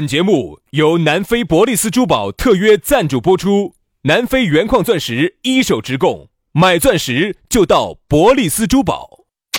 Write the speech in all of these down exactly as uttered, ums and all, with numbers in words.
本节目由南非伯利斯珠宝特约赞助播出，南非原矿钻石一手直供，买钻石就到伯利斯珠宝。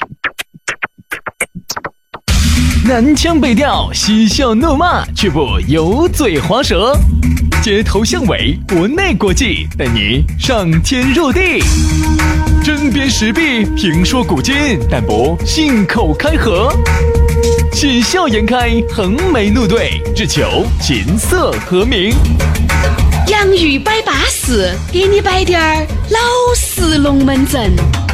南腔北调，嬉笑怒骂，却不油嘴滑舌，街头巷尾，国内国际，带你上天入地，针砭时弊，评说古今，但不信口开河，喜笑颜开，横眉怒对，只求琴瑟和鸣。 洋芋摆巴士，给你摆点儿老式龙门阵。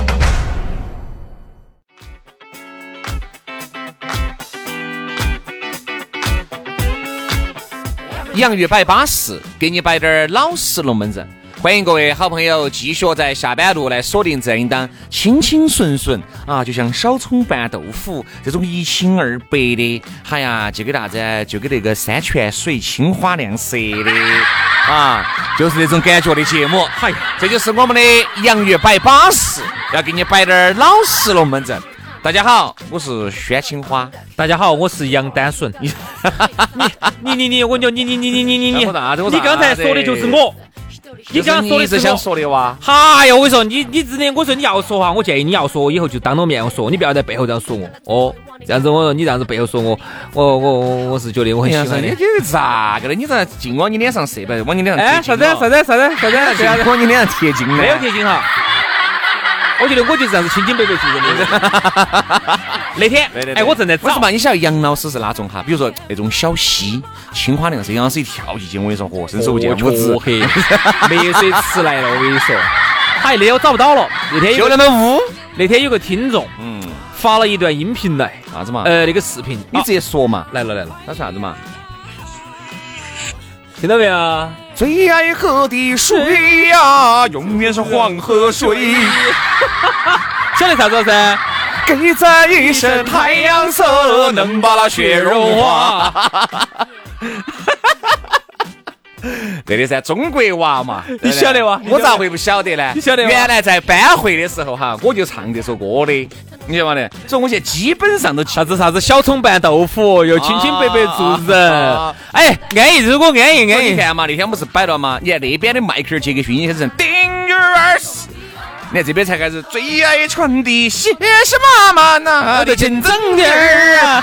洋芋摆巴士，给你摆点老实龙门阵。欢迎各位好朋友继续在下班路来锁定这样一档清清顺顺啊，就像小葱拌豆腐这种一清二白的，哎呀，就给啥子，就给那个山泉水青花亮色的啊，就是那种感觉的节目。哎呀，这就是我们的洋芋摆巴士，要给你摆点老实龙门阵。大家好，我是宣青花。 大家好，我是杨丹顺。你你你你，我讲你你你你你你你，你刚才说的就是我。你刚刚说的是想说的哇？ 哎呀，我跟你说，你你之前我说你要说话，我建议你要说，我以后就当着面我说，你不要在背后这样说我哦。这样子我你这样子背后说我，我我我是觉得我很喜欢你。 你这咋个的？你咋净往你脸上射吧？往你脸上哎，啥子啥子啥子啥子？ 往你脸上贴金呢？ 没有贴金哈。我觉得我就是这样子清清白白做人的。那天，对对对哎，我正在找。 为什么你晓得杨老师是哪种哈？比如说那种小溪、青花亮色，杨老师一跳进去，我跟你说，嚯，伸手不见五指。 黑，没水吃来了，我跟你说。嗨，那天我找不到了。那天有就那么污。 那天有个听众，嗯，发了一段音频来， 啥子嘛？ 呃，那个视频， 你直接说嘛。 来了来了， 他说啥子嘛？ 听到没有？ 最爱喝的水呀，永远是黄河水。 晓得啥子噻？ 给在一身太阳色，能把那雪融化。对的噻，中国娃嘛， 你晓得哇？ 我咋会不晓得呢？ 你晓得吗？ 原来在班会的时候哈，我就唱这首歌的，你晓得吗？的，所以我现在基本上都啥子啥子小葱拌豆腐，又清清白白做人。啊、哎，安逸，如果安逸安逸， 你看嘛，那天不是摆了吗？你看那边的迈克尔杰克逊也是人 Dangerous， 你看这边才开始最爱传递些什么嘛？那的竞争点儿啊。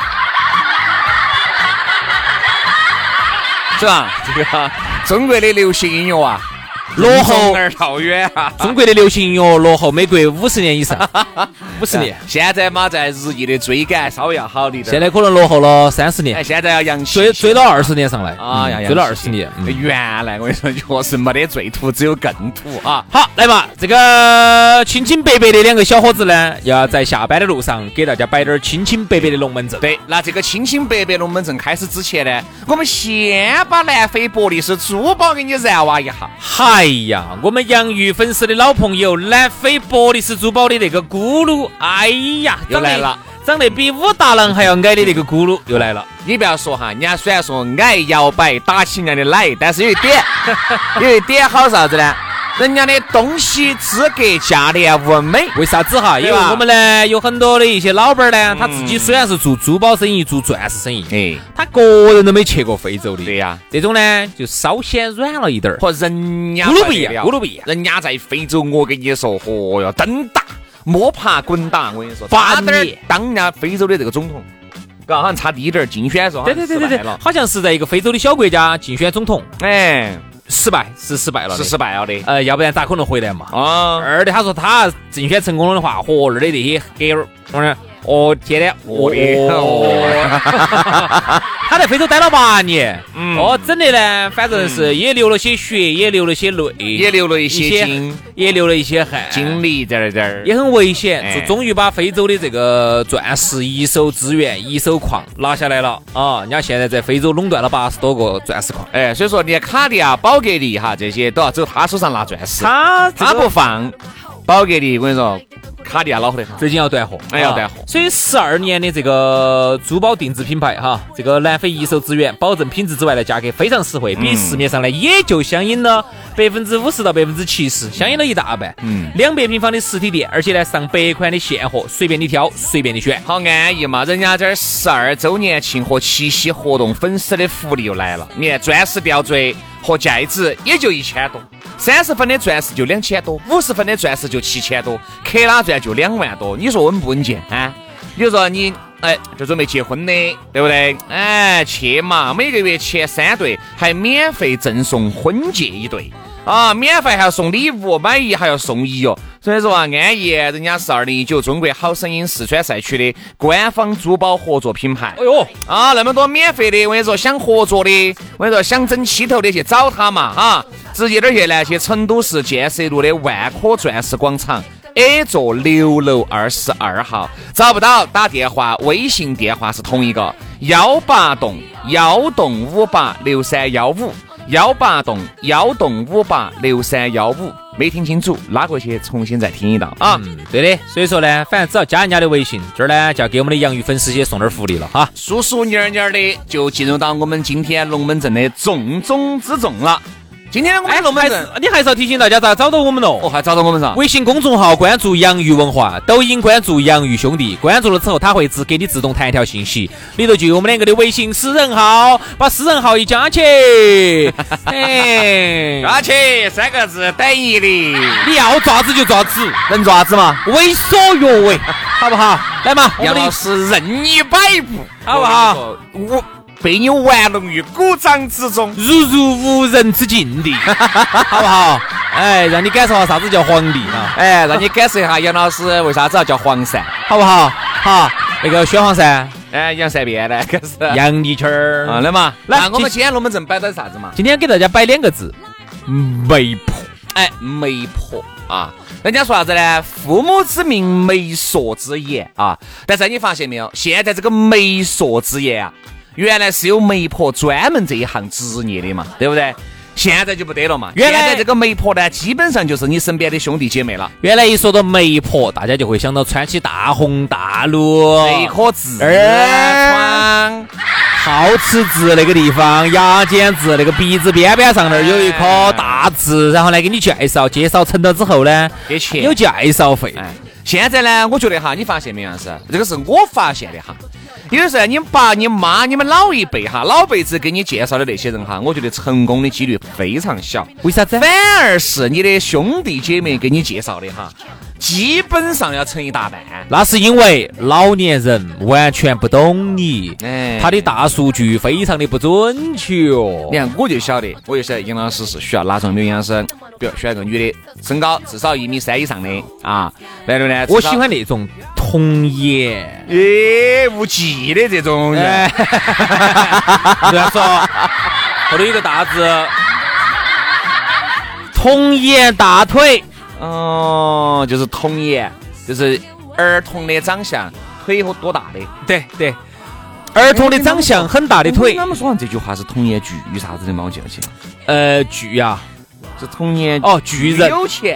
是吧？这个中国的流行音乐啊， 落后而逃远啊！ 中国的流行音乐落后美国五十年以上，五十年。 现在嘛，在日益的追赶，稍微要好一点。 现在可能落后了三十年。 哎，现在要扬起， 追追了二十年上来啊！ 嗯、追了二十年。 嗯、原来我跟你说，确实没得最土，只有更土啊！ 好，来嘛，这个清清白白的两个小伙子呢，要在下班的路上给大家摆点清清白白的龙门阵。 对，那这个清清白白龙门阵开始之前呢，我们先把南非伯利斯珠宝给你燃挖一下。 哎呀，我们洋芋粉丝的老朋友南非伯利斯珠宝的那个咕噜，哎呀， 又来了， 长得比武大郎还要矮的那个咕噜又来了。 你不要说哈，人家虽然说矮摇摆打起人家的奶，但是有一点，有一点好啥子呢？人家的东西资格价廉物美。 为啥子哈？因为我们呢有很多的一些老板呢，他自己虽然是做珠宝生意、做钻石生意，哎，他个人都没去过非洲的。 对呀， 这种呢就稍显软了一点儿。 和人家咕噜不一样，咕噜不一样。 人家在非洲，我跟你说，嚯哟，登大摸爬滚打，我跟你说， 八年当人家非洲的这个总统，好像差低点竞选的时候， 对对对对对，好像是在一个非洲的小国家竞选总统， 哎。 失败是失败了， 是失败了的。 呃，要不然咋可能回来嘛？ 啊， 二的他说他竞选成功了的话，嚯，二的那些黑儿，哦天的，我的，哦，他在非洲待了八年，嗯，哦，整的呢，反正是也流了些血，也流了些泪， 也流了一些精， 也流了一些汗， 精力在这儿， 也很危险，就终于把非洲的这个钻石一手资源、一手矿拿下来了啊！人家现在在非洲垄断了八十多个钻石矿， 哎，所以说你看卡地亚、宝格丽哈这些都要走他手上拿钻石， 他他不放。 宝格丽，我跟你说，卡地亚恼火得很， 最近要断货， 哎要断货。 所以十二年的这个珠宝定制品牌哈，这个南非一手资源，保证品质之外呢，价格非常实惠，比市面上呢也就相应了百分之五十到百分之七十，相应了一大半。嗯，两百平方的实体店，而且呢上百款的现货，随便你挑，随便你选， 好安逸嘛！人家这儿十二周年庆和七夕活动，粉丝的福利又来了。你看钻石吊坠和戒指也就一千多。三十分的钻石就两千多，五十分的钻石就七千多，克拉钻就两万多，你说稳不稳健啊？比如说你哎，就准备结婚的，对不对？哎，去嘛，每个月前三对还免费赠送婚戒一对啊，免费还要送礼物，买一还要送一哦。所以说啊，安逸，人家是二零一九中国好声音四川赛区的官方珠宝合作品牌。 哎呦啊，那么多免费的，我跟你说，想合作的，我跟你说，想整起头的去找他嘛啊！直接点去呢，去成都市建设路的万科钻石广场 A 座六楼二十二号，找不到打电话，微信电话是同一个幺八栋幺栋五八六三幺五幺八栋幺栋五八六三幺五，没听清楚，拉过去重新再听一道啊。 嗯，对的，所以说呢，反正只要加人家的微信，这儿呢就要给我们的洋芋粉丝些送点福利了哈。 叔叔蔫蔫的就进入到我们今天龙门阵的重中之重了。今天我们龙门阵， 你还是要提醒大家咋找到我们喽？ 哦，还找到我们噻。 微信公众号关注洋芋文化，抖音关注洋芋兄弟，关注了之后，他会只给你自动弹一条信息，里头就有我们两个的微信私人号，把私人号一加起，哎， 加起三个字等于零， 你要爪子就爪子， 能爪子吗？ 为所欲为，好不好？来嘛， 杨老师任意摆布， 好不好？ 我。被你玩弄于股掌之中， 如入无人之境地，好不好？哎，让你感受下啥子叫皇帝啊！ 哎，让你感受一下杨老师为啥子要叫黄鳝， 好不好？好，那个宣黄鳝， 哎，杨善变呢，可是杨丽圈儿啊，那嘛，那我们今天龙门阵摆的是啥子嘛？ 今天给大家摆两个字，媒婆。 哎，媒婆啊，人家说啥子呢？父母之命，媒妁之言啊。但是你发现没有？现在这个媒妁之言啊。原来是有媒婆专门这一行职业的嘛，对不对？现在就不得了嘛。原来这个媒婆呢，基本上就是你身边的兄弟姐妹了。 原来一说到媒婆，大家就会想到穿起大红大绿， 这颗痣穿好齿痣那个地方，牙尖痣那个鼻子边边上那儿有一颗大痣，然后来给你介绍，介绍成了之后呢， 给钱有介绍费。 哎，现在呢，我觉得哈，你发现没有是？这个是我发现的哈。有的时候你爸、你妈、你们老一辈哈，老辈子给你介绍的那些人哈，我觉得成功的几率非常小。 为啥子？ 反而是你的兄弟姐妹给你介绍的哈，基本上要成一大半。 那是因为老年人完全不懂你， 哎， 他的大数据非常的不准确。 你看，我就晓得，我就晓得杨老师是需要哪种女杨老师，比如需要一个女的，身高至少一米三以上的啊。来了呢， 我喜欢那种童颜， 诶，无忌的这种人。 不要说，后头有个大字，童颜大腿。 哦，就是童颜，就是儿童的长相，腿多大的？ 对对，儿童的长相很大的腿。 他们说这句话是童颜巨啥子的吗？我记不起来。 呃，巨呀， 是童颜哦，巨人有钱。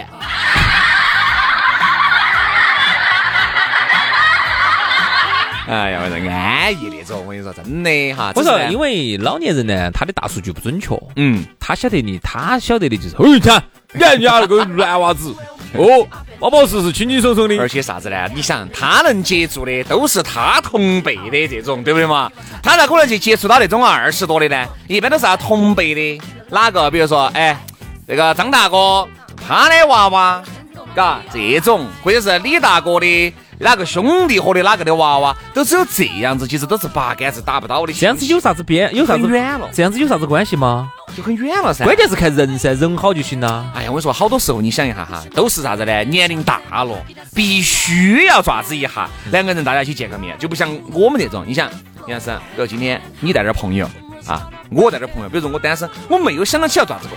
哎呀，我说安逸那种，我跟你说，真的哈。 我说，因为老年人呢，他的大数据不准确， 嗯， 他晓得的，他晓得的就是，哎，看人家那个男娃子，哦，包包实实、轻轻松松的， 而且啥子呢？你想，他能接触的都是他同辈的这种，对不对嘛？他咋可能去接触到那种二十多的呢？一般都是他同辈的，哪个？比如说，哎，这个张大哥他的娃娃，嘎，这种，或者是李大哥的。哪个兄弟伙的哪个的娃娃，都只有这样子，其实都是八竿子打不到的。 这样子有啥子边？有啥子远了？ 这样子有啥子关系吗？ 就很远了噻。 关键是看人噻，人好就行了。 哎呀，我跟你说，好多时候你想一下哈，都是啥子呢？年龄大了，必须要爪子一下，两个人大家一起见个面，就不像我们这种。你想，杨老师，比如今天你带点朋友啊，我带点朋友，比如说我单身，我没有想到起要爪子过。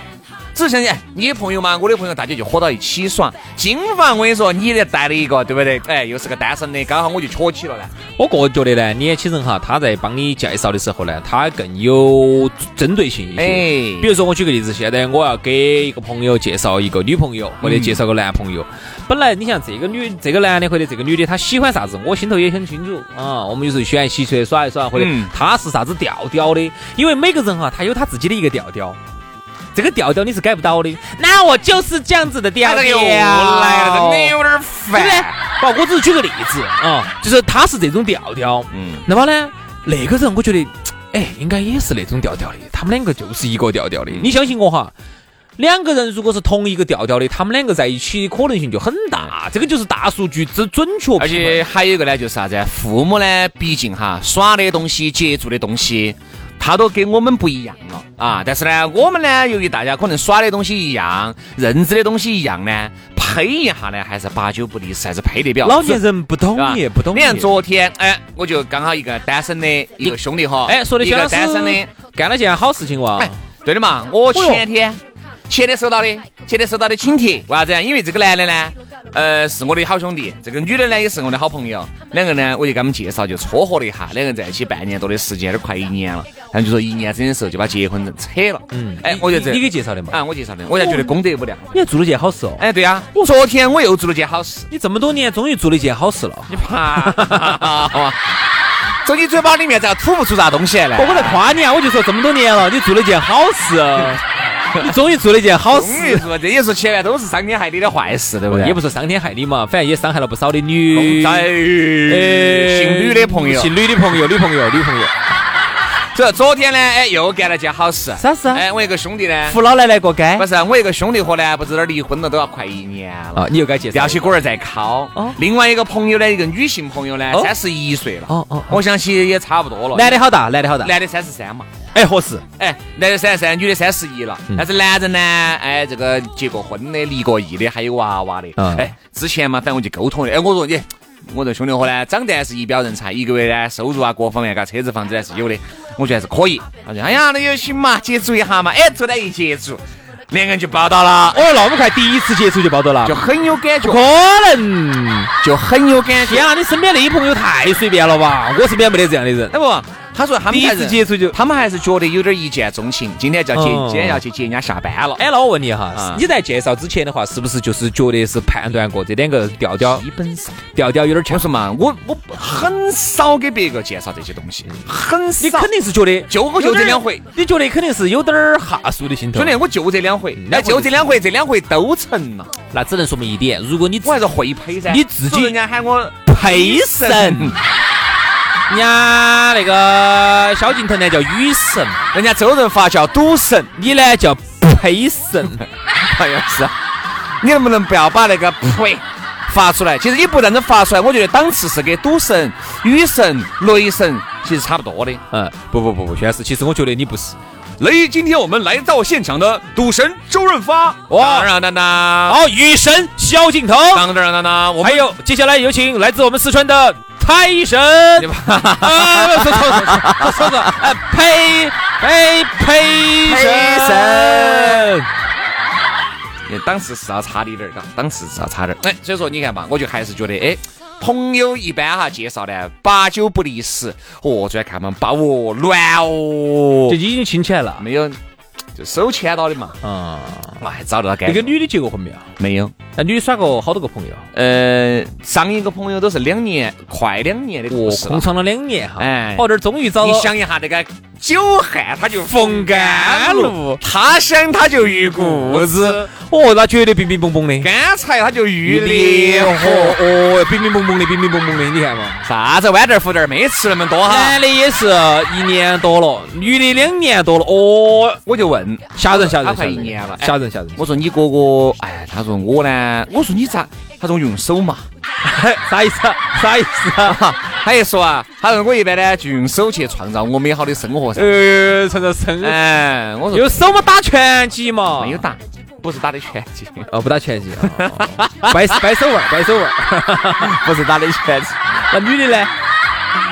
只是哎，你的朋友嘛，我的朋友，大家就伙到一起耍。今晚我跟你说，你也带了一个，对不对？哎，又是个单身的，刚好我就瞧起了呢。 我个人觉得呢，年轻人哈，他在帮你介绍的时候呢，他更有针对性一些。 哎， 比如说我举个例子，现在我要给一个朋友介绍一个女朋友，或者介绍个男朋友。嗯、本来你像这个女、这个男的或者这个女的，他喜欢啥子，我心头也很清楚啊。我们有时候喜欢一起出来耍一耍，或者他是啥子调调的，因为每个人哈，他有他自己的一个调调。这个调调你是改不到的，那我就是这样子的调调。 来了，真的有点烦， 对不对？不，我只是举个例子啊、嗯，就是他是这种调调，嗯，那么呢，那个人我觉得，哎，应该也是那种调调的，他们两个就是一个调调的。嗯、你相信我哈，两个人如果是同一个调调的，他们两个在一起可能性就很大，这个就是大数据之准确。 而且还有一个呢，就是啥子？父母呢，毕竟哈耍的东西、接触的东西。他都跟我们不一样了啊！但是呢，我们呢，由于大家可能耍的东西一样，认知的东西一样呢，配一下呢，还是八九不离十，还是配得比较。 老年人不懂也不懂。 你看昨天，哎，我就刚好一个单身的一个兄弟伙， 哎，说的一个单身的干了件好事情哇！ 哎，对的嘛，我前天前天收到的，前天收到的请帖，为啥子？因为这个男的呢，呃，是我的好兄弟，这个女的呢也是我的好朋友，两个呢我就给他们介绍，就撮合了一下，两个人在一起半年多的时间，都快一年了。他们就说一年之前的时候就把结婚证扯了。嗯，哎，我就这你给介绍的嘛？ 啊，我介绍的，我才觉得功德无量。 你还做了件好事哦？ 哎，对呀、啊，昨天我又做了件好事。 你这么多年终于做了一件好事了， 你怕？从你嘴巴里面再吐不出啥东西来。 我在夸你啊，我就说这么多年了，你做了件好事。你终于做了一件好事， 这也是前面都是伤天害理的坏事，对不对？ 也不是伤天害理嘛，反正也伤害了不少的女， 在姓吕的朋友， 姓吕的朋友，女朋友，女朋友。 这昨天呢，哎，又干了件好事。 啥事啊？ 哎，我一个兄弟呢， 扶老奶奶过街。 不是，我一个兄弟伙呢，不是那离婚了，都要快一年了。 哦，你又该介绍。 吊起锅儿在烤。哦。另外一个朋友呢，一个女性朋友呢，三十一岁了。哦哦。我想起也差不多了。 男的好大？男的好大？ 男的三十三嘛。 哎，合适。 哎，男的三十三，女的三十一了。嗯、但是男人呢，哎，这个结过婚的、离过异的，还有娃娃的。嗯。哎，之前嘛，反正我就沟通的。哎，我说你。我这兄弟伙呢，长得还是一表人才，一个月呢收入啊各方面，嘎车子房子还是有的，我觉得还是可以。他说：“哎呀，那也行嘛，接触一下嘛。”哎，突然一接触，两个人就抱到了。 哦，那么快，第一次接触就抱到了， 就很有感觉。 可能就很有感觉。 天啊，你身边那一朋友太随便了吧？我身边没得这样的人。 哎不，他说他们第一次接触就， 他们还是觉得有点一见钟情。今天叫接，今天要去接人家下班了。 哎，那我问你哈，你在介绍之前的话，是不是就是觉得是判断过这两个调调？ 基本上调调有点强。 我说嘛，我我很少给别个介绍这些东西，很少。 你肯定是觉得就我就这两回， 你觉得肯定是有点哈数的心头。 兄弟，我就这两回，那就这两回，这两回都成了。 那只能说明一点，如果你我还是会配噻， 你自己人家喊我配神。人家那个萧敬腾呢叫雨神， 人家周润发叫赌神， 你呢叫呸神。 好像是，你能不能不要把那个呸发出来？其实你不让人发出来，我觉得档次是跟赌神、雨神、雷神其实差不多的。 嗯，不不不不，轩师，其实我觉得你不是。 雷，今天我们来到现场的赌神周润发， 哇，当当当， 好，雨神萧敬腾， 当当当当， 我们还有接下来有请来自我们四川的泰神，啊，说错说错错，哎，呸呸呸神， 你档次是要差一点儿，档次是要差点儿。哎，所以说你看吧，我就还是觉得，哎。朋友一般哈介绍呢，八九不离十。哦，昨天看嘛，把我乱哦， 就已经亲起来了， 没有，就手牵到的嘛。 啊、 嗯，哇，还找到感觉。 那个女的结过婚没有？ 没有。 那女的耍过好多个朋友？ 呃，上一个朋友都是两年，快两年的故事了， 空窗了两年哈。 哎， 哦，这终于找到。 你想一下那个久旱他就逢甘露， 他乡他就遇故知。 哦，那绝对冰冰蹦蹦的。 干柴他就遇烈火。 哦，冰冰蹦蹦的，冰冰蹦蹦的，你看嘛。 啥子豌豆腐豆没吃那么多哈。 男的也是一年多了，女的两年多了。哦， 我就问， 吓人吓人， 他快一年了， 吓人吓人。 我说你哥哥，哎，他说我呢，我说你咋？他说用手嘛。 啥意思？啥意思啊？ 他一说啊，他说我一般呢就用手去创造我美好的生活噻。 呃，创造生活。 哎，我说用手嘛打拳击嘛？ 没有打，不是打的拳击。 哦，不打拳击。哦、掰掰手腕，掰手腕， 不是打的拳击。 那女的呢？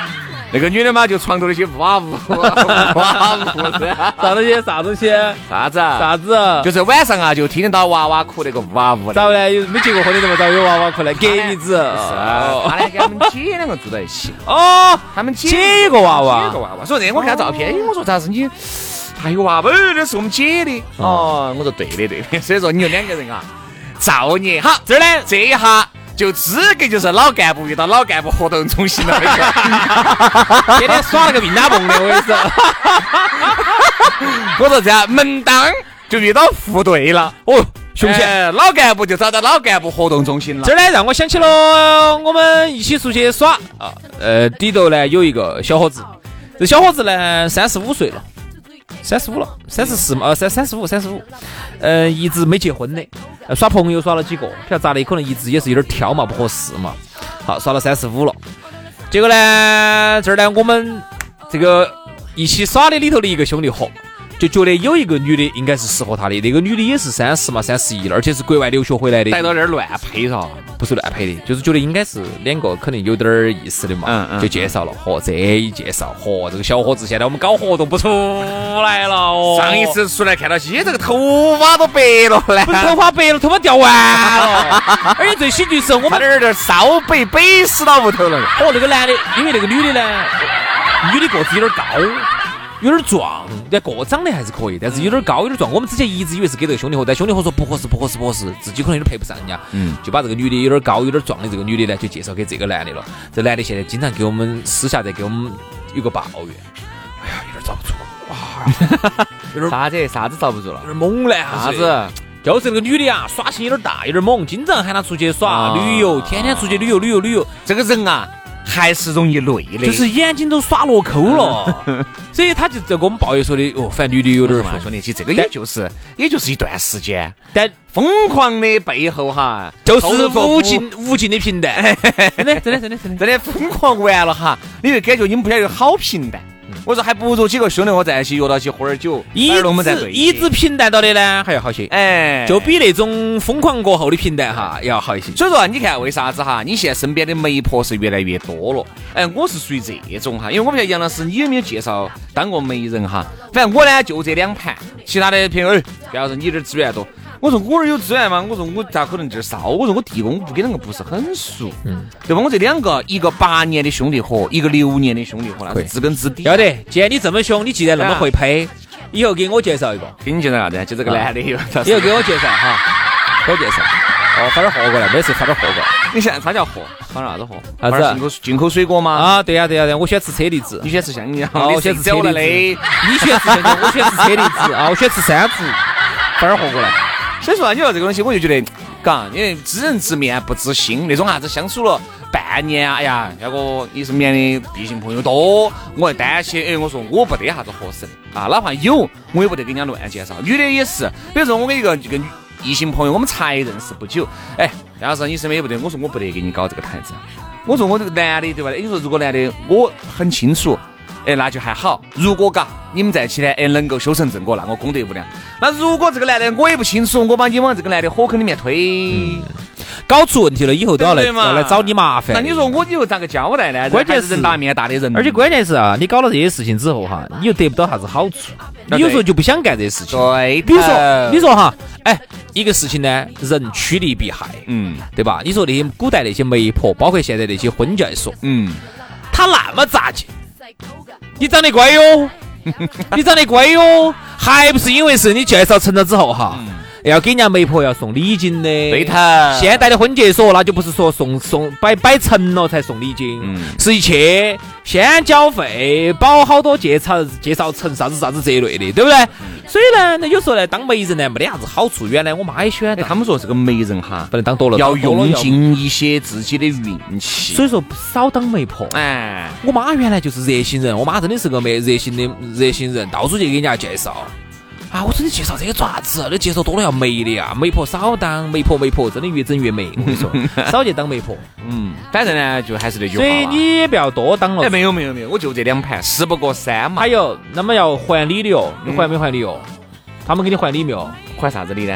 那个女的嘛，就床头那些呜啊呜呜啊呜， 啥东西？啥东西？ 啥子啊？ 啥子？ 就是晚上啊，就听得到娃娃哭那个呜啊呜的。 咋呢？有没结过婚的这么早有娃娃哭来？隔壁子。 是啊，他呢跟他们姐两个住在一起。 哦， 他们姐姐有个娃娃， 姐有个娃娃。所以那我看照片，我说咋是你还有娃娃？那是我们姐的。哦，我说对的对的。所以说你有两个人啊，造孽。好，这儿呢，这一下。就资格就是老干部遇到老干部活动中心了， 天天耍了个命大蹦的，我跟你说。 我说这样门当就遇到副队了， 哦，凶险、 哎！老干部就找到老干部活动中心了。 这儿呢，让我想起了我们一起出去耍啊，呃，里头呢有一个小伙子，这小伙子呢三十五岁了。三十五了，三十四嘛，呃，三三十五，三十五，呃，一直没结婚的，呃，耍朋友耍了几个，不晓得咋的，可能一直也是有点挑嘛，不合适嘛。好，耍了三十五了，结果呢，这儿呢，我们这个一起耍的里头的一个兄弟伙，就觉得有一个女的应该是适合他的，那个女的也是三十嘛，三十一了，而且是国外留学回来的， 带到那儿乱配噻， 不是乱配的，就是觉得应该是两个肯定有点意思的嘛， 嗯嗯， 就介绍了，嚯，这一介绍，嚯，这个小伙子现在我们搞活动不出来了哦， 上一次出来看到些这个头发都白了嘞， 不是头发白了，头发掉完了，而且最喜剧是我们这儿点烧北北死到屋头了， 哦，那个男的，因为那个女的呢，女的个子有点高。有点壮，但个长得还是可以，但是有点高，有点壮。我们之前一直以为是给这个兄弟伙，但兄弟伙说不合适，不合适，不合适，自己可能有点配不上人家，嗯，就把这个女的有点高、有点壮的这个女的呢，就介绍给这个男的了。这男的现在经常给我们私下在给我们有个抱怨，哎呀，有点遭不住，哇， 有点啥子啥子遭不住了， 有点猛了， 啥子？ 就是那个女的啊，耍性有点大，有点猛，经常喊他出去耍、啊、旅游，天天出去旅游，旅游，旅游。 这个人啊。还是容易累的， 就是眼睛都耍落抠了，所以他就在跟我们抱怨说的，哦，反正女的有点嘛，兄弟，其实这个也就是也就是一段时间， 但疯狂的背后哈， 就是无尽无尽的平淡，真的真的真的真的真的疯狂完了哈，你会感觉你们不晓得好平淡。我说还不如几个兄弟伙在一起约到起喝点酒， 一直一直平淡到的呢还要好些， 哎， 就比那种疯狂过后的平淡哈要好一些。 所以说你看为啥子哈，你现在身边的媒婆是越来越多了，哎，我是属于这种哈，因为我不晓得杨老师你有没有介绍当过媒人哈，反正我呢就这两盘，其他的朋友哎，不要说你这儿资源多。我说我这儿有资源嘛，我说我咋可能这儿少？我说我地公不跟那个不是很熟，嗯，对吧？我这两个，一个八年的兄弟伙，一个六年的兄弟伙，那是知根知底。 要得，既然你这么凶，你既然那么会配，以后给我介绍一个。 给你介绍啥子？就这个男的，以后以后给我介绍哈，给我介绍。哦，发点货过来，没事，发点货过来。 你现在啥叫货？发啥子货？ 啥子？ 进口进口水果吗？ 啊，对呀对呀对呀，我喜欢吃车厘子。 你喜欢吃香蕉？ 哦，我喜欢吃车厘子。你喜欢吃香蕉？我喜欢吃车厘子啊，我喜欢吃山竹。发点货过来。 所以说啊，你说这个东西，我就觉得，嘎，因为知人知面不知心，那种啥子相处了半年啊，哎呀，那个你身边的异性朋友多，我还担心，哎，我说我不得啥子合适的啊，哪怕有，我也不得给人家乱介绍。女的也是，比如说我跟一个这个异性朋友，我们才认识不久，哎，要是你身边也不得，我说我不得给你搞这个台子，我说我这个男的对吧？你说如果男的我很清楚。哎，那就还好。如果嘎你们在一起呢，哎，能够修成正果，那我功德无量。那如果这个男的我也不清楚，我把你往这个男的火坑里面推，嗯、 搞出问题了以后都要来要来找你麻烦。 那你说我以后咋个交代呢？ 关键是人大面大的人， 而且关键是啊，你搞了这些事情之后哈，你又得不到啥子好处，你有时候就不想干这些事情。 对， 比如说，你说哈，哎，一个事情呢，人趋利避害， 嗯， 对吧？你说那些古代那些媒婆，包括现在那些婚介所， 嗯， 他那么杂技。你长得乖哟，你长得乖哟，还不是因为是你介绍成了之后哈，嗯、要给人家媒婆要送礼金的。 对头， 现在的婚介所那就不是说送送摆摆成了才送礼金，嗯、是一切先交费，保好多介绍介绍成啥子啥子这一类的，对不对？嗯、所以呢，那有时候呢，当媒人呢没得啥子好处。原来我妈也喜欢、 哎，他们说这个媒人哈不能当多了， 要用尽一些自己的运气， 所以说少当媒婆。 哎， 我妈原来就是热心人，我妈真的是个媒热心的热心人，到处去给人家介绍。啊！我说你介绍这个做啥子？你介绍多了要媒的呀，媒婆少当，媒婆媒婆真的越整越媒。我跟你说，少去当媒婆。 嗯，反正呢，就还是那句话。 所以你也不要多当了。 哎，没有没有没有，我就这两盘，事不过三嘛。 还有，那么要还礼的哦，你还没还礼哦？他们给你还礼没有？ 还啥子礼呢？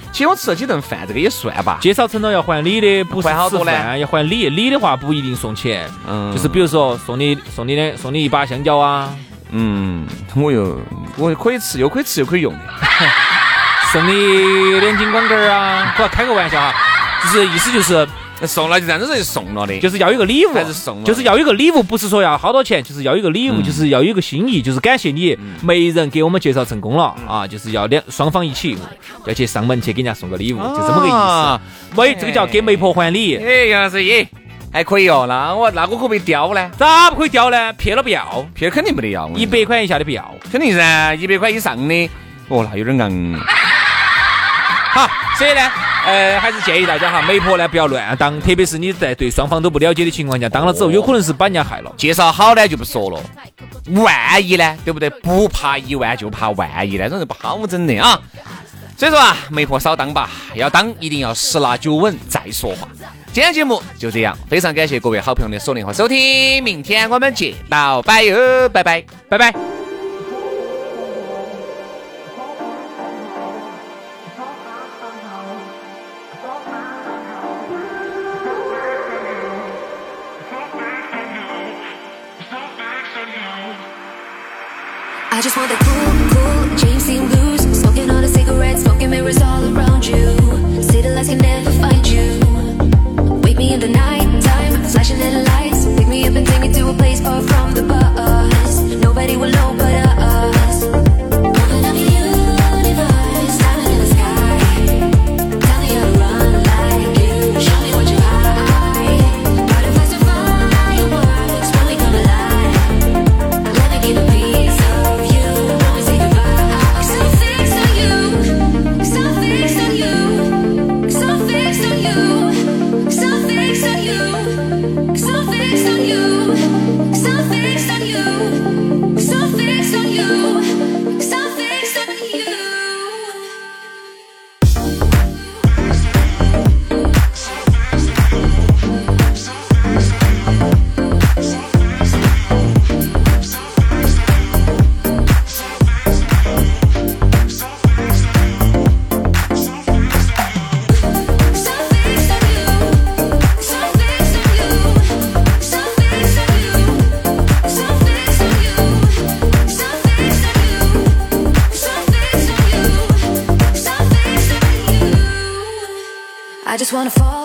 其实我吃了几顿饭，这个也算吧。 介绍成了要还礼的，不是还好多呢吃饭要还礼。礼的话不一定送钱，嗯，就是比如说送你送你的送你一把香蕉啊， 嗯，我又我可以吃，又可以吃又可以用的， 送你两斤光棍儿啊，不开个玩笑哈，就是意思就是送了就这样子就送了的， 就是要有个礼物， 还是送了， 就是要有个礼物，不是说要好多钱，就是要有个礼物，嗯、就是要有个心意，就是感谢你、嗯、媒人给我们介绍成功了、嗯、啊，就是要两双方一起要去上门去给人家送个礼物，啊、就这么个意思。喂，这个叫给媒婆还礼。 哎，杨老师耶，还可以哦，那我那我可不可以雕呢？ 咋不可以雕呢？撇了不要， 撇肯定没得要， 一百块以下的不要， 肯定噻，一百块以上的，哦，那有点硬。 好，所以呢，呃，还是建议大家哈，媒婆呢不要乱当，特别是你在对双方都不了解的情况下，当了之后有可能是把人家害了。 介绍好呢就不说了，万一呢，对不对？不怕一万就怕万一呢，这是不好整的啊。所以说啊，媒婆少当吧，要当一定要十拿九稳再说话。今天节目就这样，非常感谢各位好朋友的锁定和收听，明天我们见到拜哟，拜拜， 拜拜。 I just want the cool, cool, James Dean blues. Smoking all the cigarettes, smoking mirrors all around you. City lights can never find you. Wake me in the night time, flashing little lights. Pick me up and take me to a place far from the bus. Nobody will know but us. Open up your universe, diamond in the sky. Tell me how to run like you. Show me what you hide. Butterflies to fireworks when we come alive. Let me give a piece of you when we say goodbye. So fixed on you, so fixed on you, so fixed on you, so fixed on you, so fixed on you, so fixed on you, so fixed on you, so fixed on you. I just wanna fall